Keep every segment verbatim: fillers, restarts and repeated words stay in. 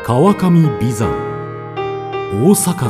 川上美山大盃。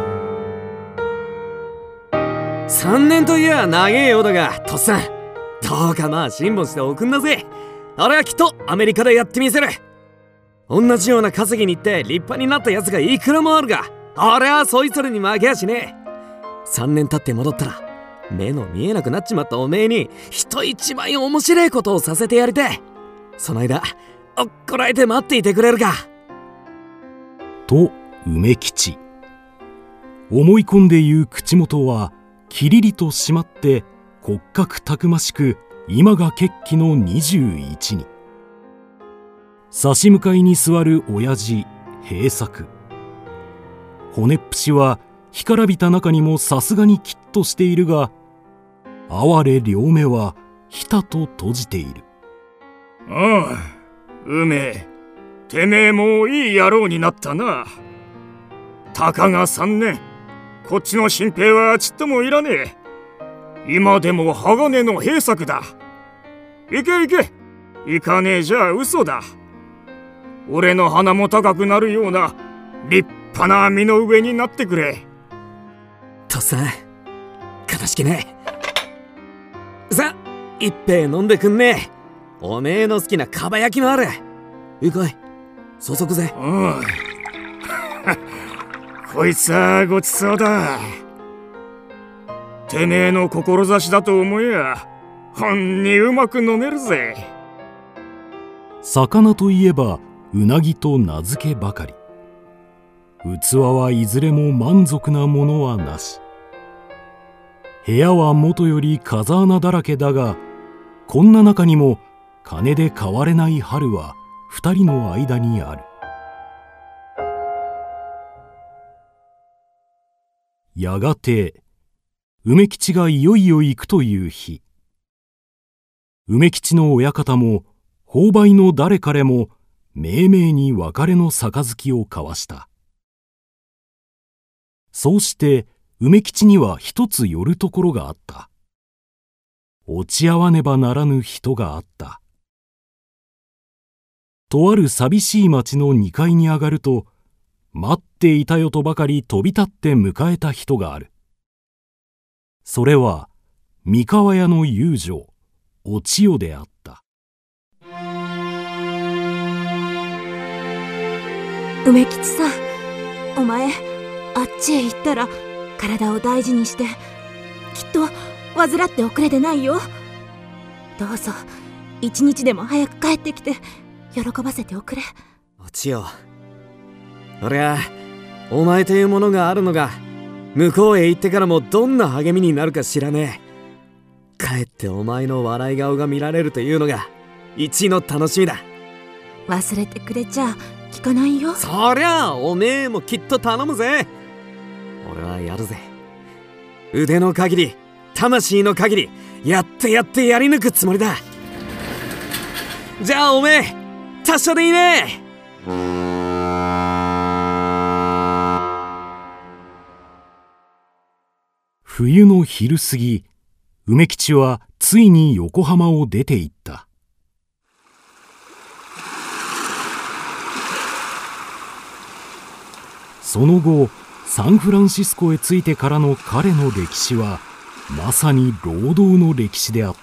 さんねんといや長えようだが、とっさんどうかまあ辛抱しておくんなぜ。俺はきっとアメリカでやってみせる。同じような稼ぎに行って立派になったやつがいくらもあるが、俺はそいつらに負けやしねえ。さんねん経って戻ったら目の見えなくなっちまったおめえに人一倍面白いことをさせてやりてえ。その間おっこらえて待っていてくれるか。 と梅吉。思い込んで言う口元はきりりと締まって骨格たくましく、今が決起のにじゅういちに。差し向かいに座る親父平作。骨っぷしは干からびた中にもさすがにきっとしているが、哀れ両目はひたと閉じている。 ああ、梅、てめえもいい野郎になったな。たかが三年、こっちの新兵はちっともいらねえ。今でも鋼の兵作だ。行け行け、行かねえじゃ嘘だ。俺の鼻も高くなるような立派な身の上になってくれ。 とっさん、かたしきね。さあ一杯飲んでくんねえ。おめえの好きなかば焼きもある。うかい、注ぐぜ。 うんこいつはごちそうだ。てめえの志だと思えやほんにうまく飲めるぜ。 魚といえばうなぎと名付けばかり。器はいずれも満足なものはなし。部屋はもとより風穴だらけだが、こんな中にも金で買われない春は二人の間にある。やがて梅吉がいよいよ行くという日、梅吉の親方も購買の誰彼もめいめいに別れの杯を交わした。そうして梅吉には一つ寄るところがあった。落ち合わねばならぬ人があった。とある寂しい町のにかいに上がると、待っていたよとばかり飛び立って迎えた人がある。それは三河屋の遊女お千代であった。 梅吉さん、お前あっちへ行ったら体を大事にして、きっと患っておくれでないよ。どうぞ一日でも早く帰ってきて喜ばせておくれ。 お千代、俺はお前というものがあるのが向こうへ行ってからもどんな励みになるか知らねえ。帰ってお前の笑い顔が見られるというのが一の楽しみだ。 忘れてくれちゃ聞かないよ。 そりゃあおめえもきっと頼むぜ。俺はやるぜ。腕の限り魂の限りやってやってやり抜くつもりだ。じゃあおめえ達者でいいね。 冬の昼過ぎ、梅吉はついに横浜を出て行った。その後サンフランシスコへ着いてからの彼の歴史はまさに労働の歴史であった。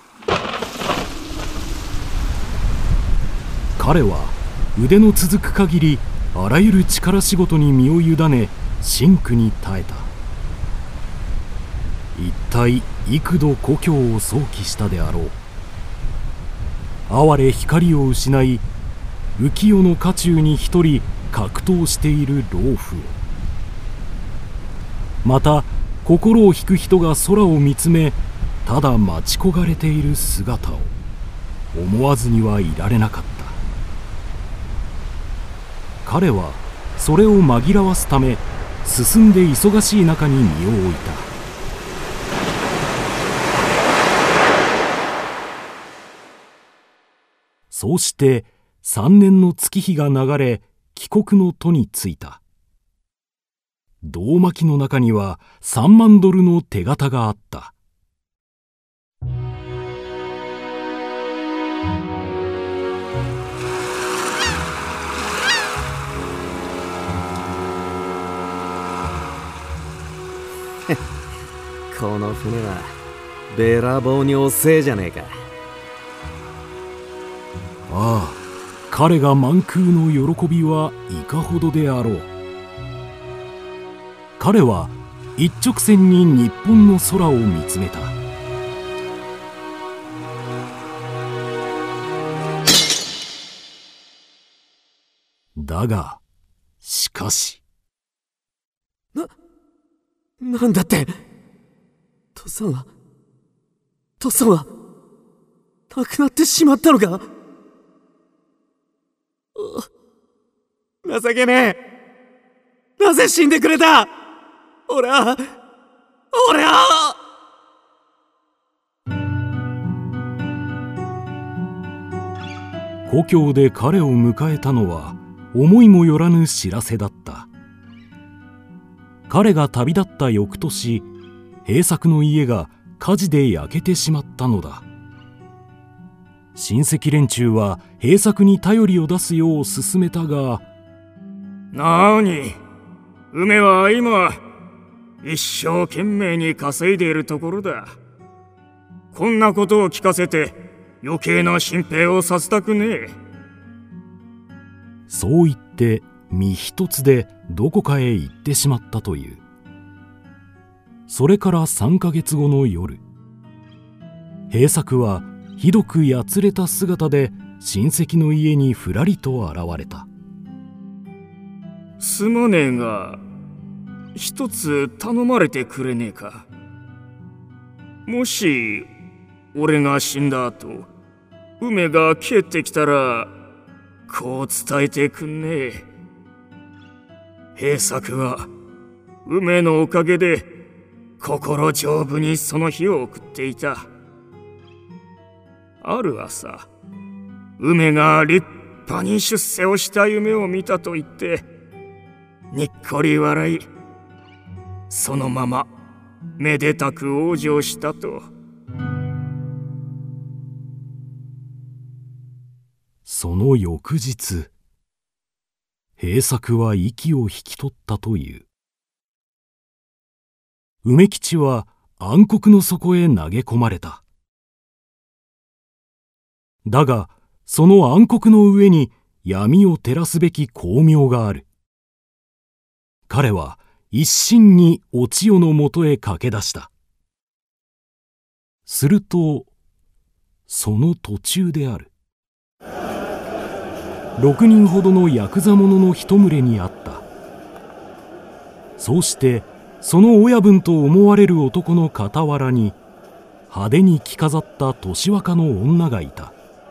彼は腕の続く限りあらゆる力仕事に身を委ね辛苦に耐えた。一体幾度故郷を想起したであろう。哀れ光を失い浮世の渦中に一人格闘している老夫を、また心を引く人が空を見つめただ待ち焦がれている姿を思わずにはいられなかった。彼はそれを紛らわすため進んで忙しい中に身を置いた。そうして三年の月日が流れ、帰国の途に着いた。胴巻きの中には三万ドルの手形があった。 この船はべらぼうに遅えじゃねえか。 ああ、彼が満空の喜びはいかほどであろう。彼は一直線に日本の空を見つめた。だがしかし、 な、なんだって、父さんは父さんは亡くなってしまったのか。情けねえ。なぜ死んでくれた。俺は俺は故郷で彼を迎えたのは思いもよらぬ知らせだった。彼が旅立った翌年、平作の家が火事で焼けてしまったのだ。親戚連中は平作に頼りを出すよう勧めたが、 なに、梅は今一生懸命に稼いでいるところだ。こんなことを聞かせて余計な心配をさせたくねえ。 そう言って身一つでどこかへ行ってしまったという。それからさんかげつごの夜、平作はひどくやつれた姿で親戚の家にふらりと現れた。 すまねえが、一つ頼まれてくれねえか。もし俺が死んだ後、梅が帰ってきたらこう伝えてくんねえ。平作は梅のおかげで心丈夫にその日を送っていた。ある朝、梅が立派に出世をした夢を見たと言ってにっこり笑い、そのままめでたく往生したと。 その翌日、平作は息を引き取ったという。梅吉は暗黒の底へ投げ込まれた。だがその暗黒の上に闇を照らすべき光明がある。彼は一心にお千代のもとへ駆け出した。するとその途中である。六人ほどのヤクザ者の一群れにあった。そうしてその親分と思われる男の傍らに派手に着飾った年若の女がいた。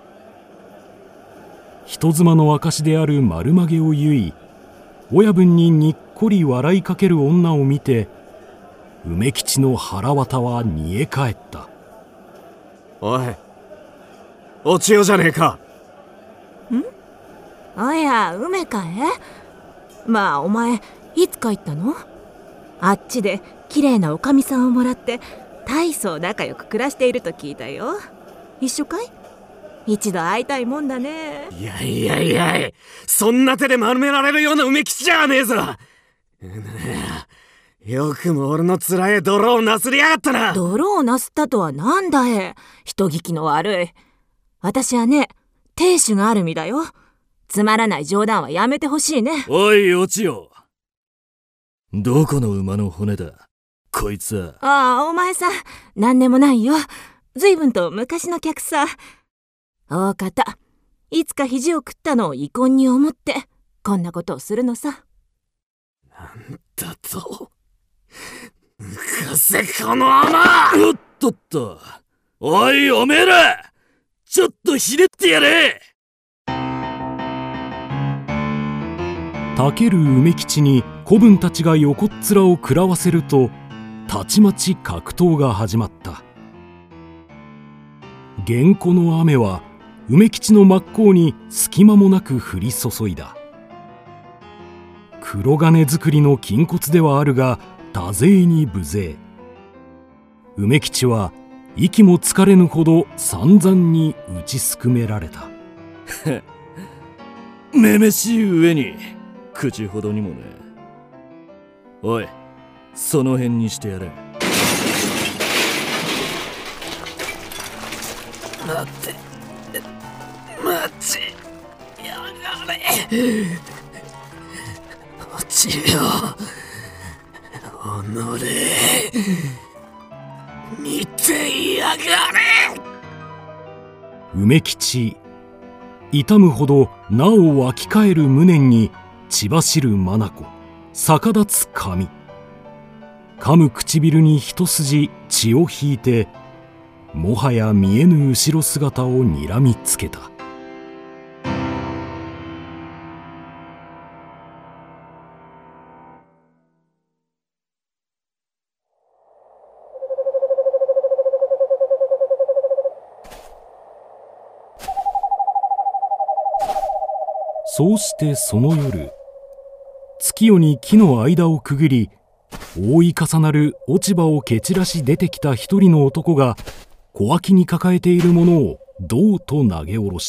人妻の証である丸まげを結い、親分ににっこり笑いかける女を見て、梅吉の腹渡は煮え返った。 おい、お千代じゃねえか。 ん？おや、梅かえ？まあお前いつ帰ったの？あっちで綺麗なおかみさんをもらって大層仲良く暮らしていると聞いたよ。一緒かい？一度会いたいもんだね。 いやいやいや、そんな手で丸められるような梅吉じゃねえぞ。よくも俺の面へ泥をなすりやがったな。 泥をなすったとはなんだい。人聞きの悪い。私はね、亭主がある身だよ。つまらない冗談はやめてほしいね。 おいお千代、どこの馬の骨だこいつは。 ああ、お前さん、なんでもないよ。ずいぶんと昔の客さ。大方、いつか肘を食ったのを遺恨に思ってこんなことをするのさ。 なんだと、抜かせこの甘。 おっとっと、おいおめえら、ちょっとひねってやれ。 たける梅吉に子分たちが横っ面を食らわせると、たちまち格闘が始まった。源湖の雨は梅吉の真っ向に隙間もなく降り注いだ。黒金作りの筋骨ではあるが多勢に無勢。梅吉は息もつかれぬほど散々に打ちすくめられた。 めめしい上に口ほどにもね。おい、その辺にしてやれ。 待って待ちやがれ。落ちよおのれ、見てやがれ。 梅吉、痛むほどなお湧き返る無念に血走る眼、逆立つ髪、噛む唇に一筋血を引いて、もはや見えぬ後ろ姿をにらみつけた。そうしてその夜、月夜に木の間をくぐり、覆い重なる落ち葉を蹴散らし出てきた一人の男が小脇に抱えているものをどうと投げ下ろした。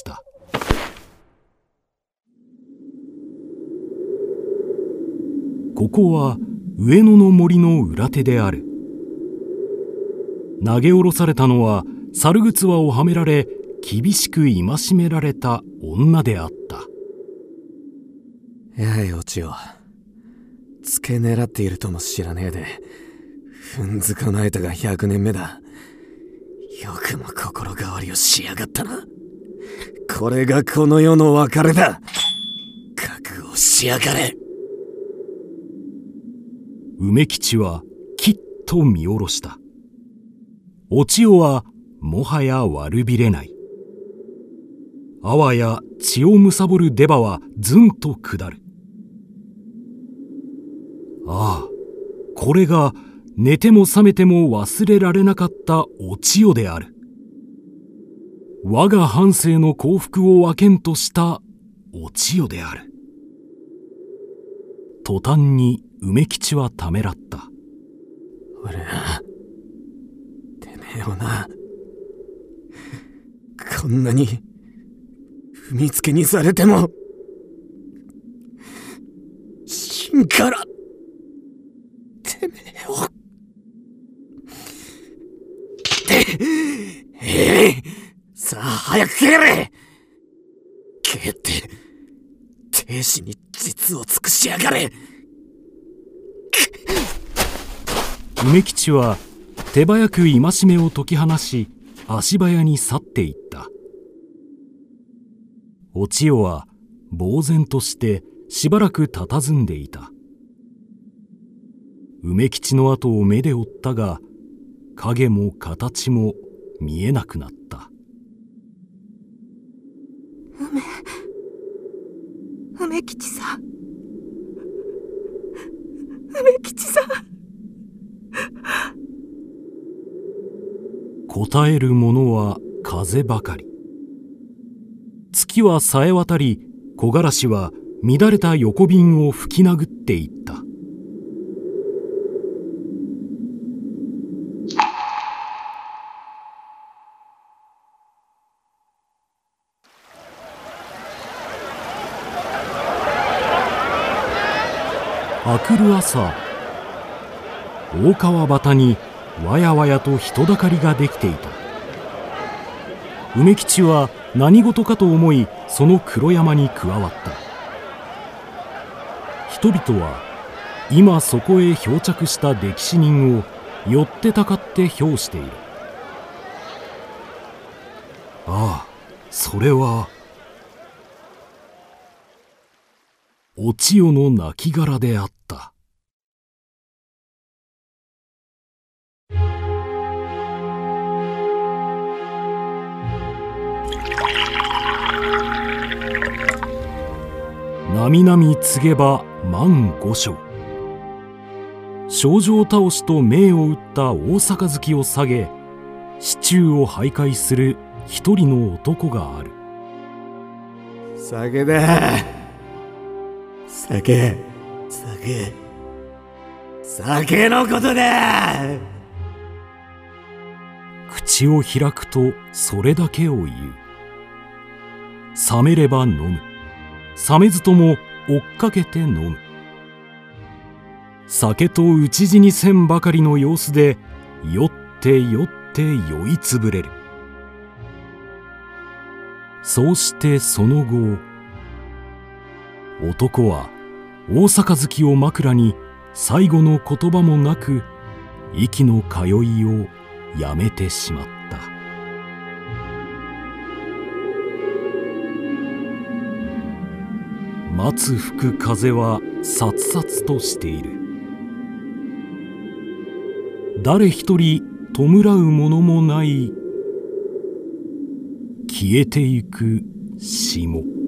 ここは上野の森の裏手である。投げ下ろされたのは猿ぐつわをはめられ厳しく戒められた女であった。 やいお千代、付け狙っているとも知らねえで踏んづかまえたがひゃくねんめだ。よくも心変わりをしやがったな。これがこの世の別れだ。覚悟しやがれ。 梅吉はきっと見下ろした。お千代はもはや悪びれない。あわや血を貪る出刃はずんと下る。ああ、これが寝ても覚めても忘れられなかったお千代である。我が半生の幸福を分けんとしたお千代である。途端に梅吉はためらった。 俺はてめえをな、こんなに踏みつけにされても芯からてめえをてええさあ早く蹴れ。蹴って亭主に実を尽くしやがれ。 梅吉は手早く戒めを解き放し、足早に去っていった。お千代は呆然としてしばらく佇んでいた。梅吉の後を目で追ったが、影も形も見えなくなった。 梅梅吉さん、梅吉さん。 答えるものは風ばかり。月はさえ渡り、木枯らしは乱れた横瓶を吹き殴っていった。明くる朝、大川端にわやわやと人だかりができていた。梅吉は何事かと思い、その黒山に加わった。人々は今そこへ漂着した溺死人を寄ってたかって評している。ああ、それはお千代の亡骸であった。なみなみ告げば万五章。症状倒しと命を打った大杯を下げ、市中を徘徊する一人の男がある。 酒だ、酒、酒、酒のことだ。 口を開くとそれだけを言う。冷めれば飲む、冷めずとも追っかけて飲む。酒と討ち死にせんばかりの様子で酔って酔って酔いつぶれる。 そうしてその後、男は大杯を枕に最後の言葉もなく息の通いをやめてしまった。松吹く風はさつさつとしている。誰一人弔うものもない消えてゆく霜。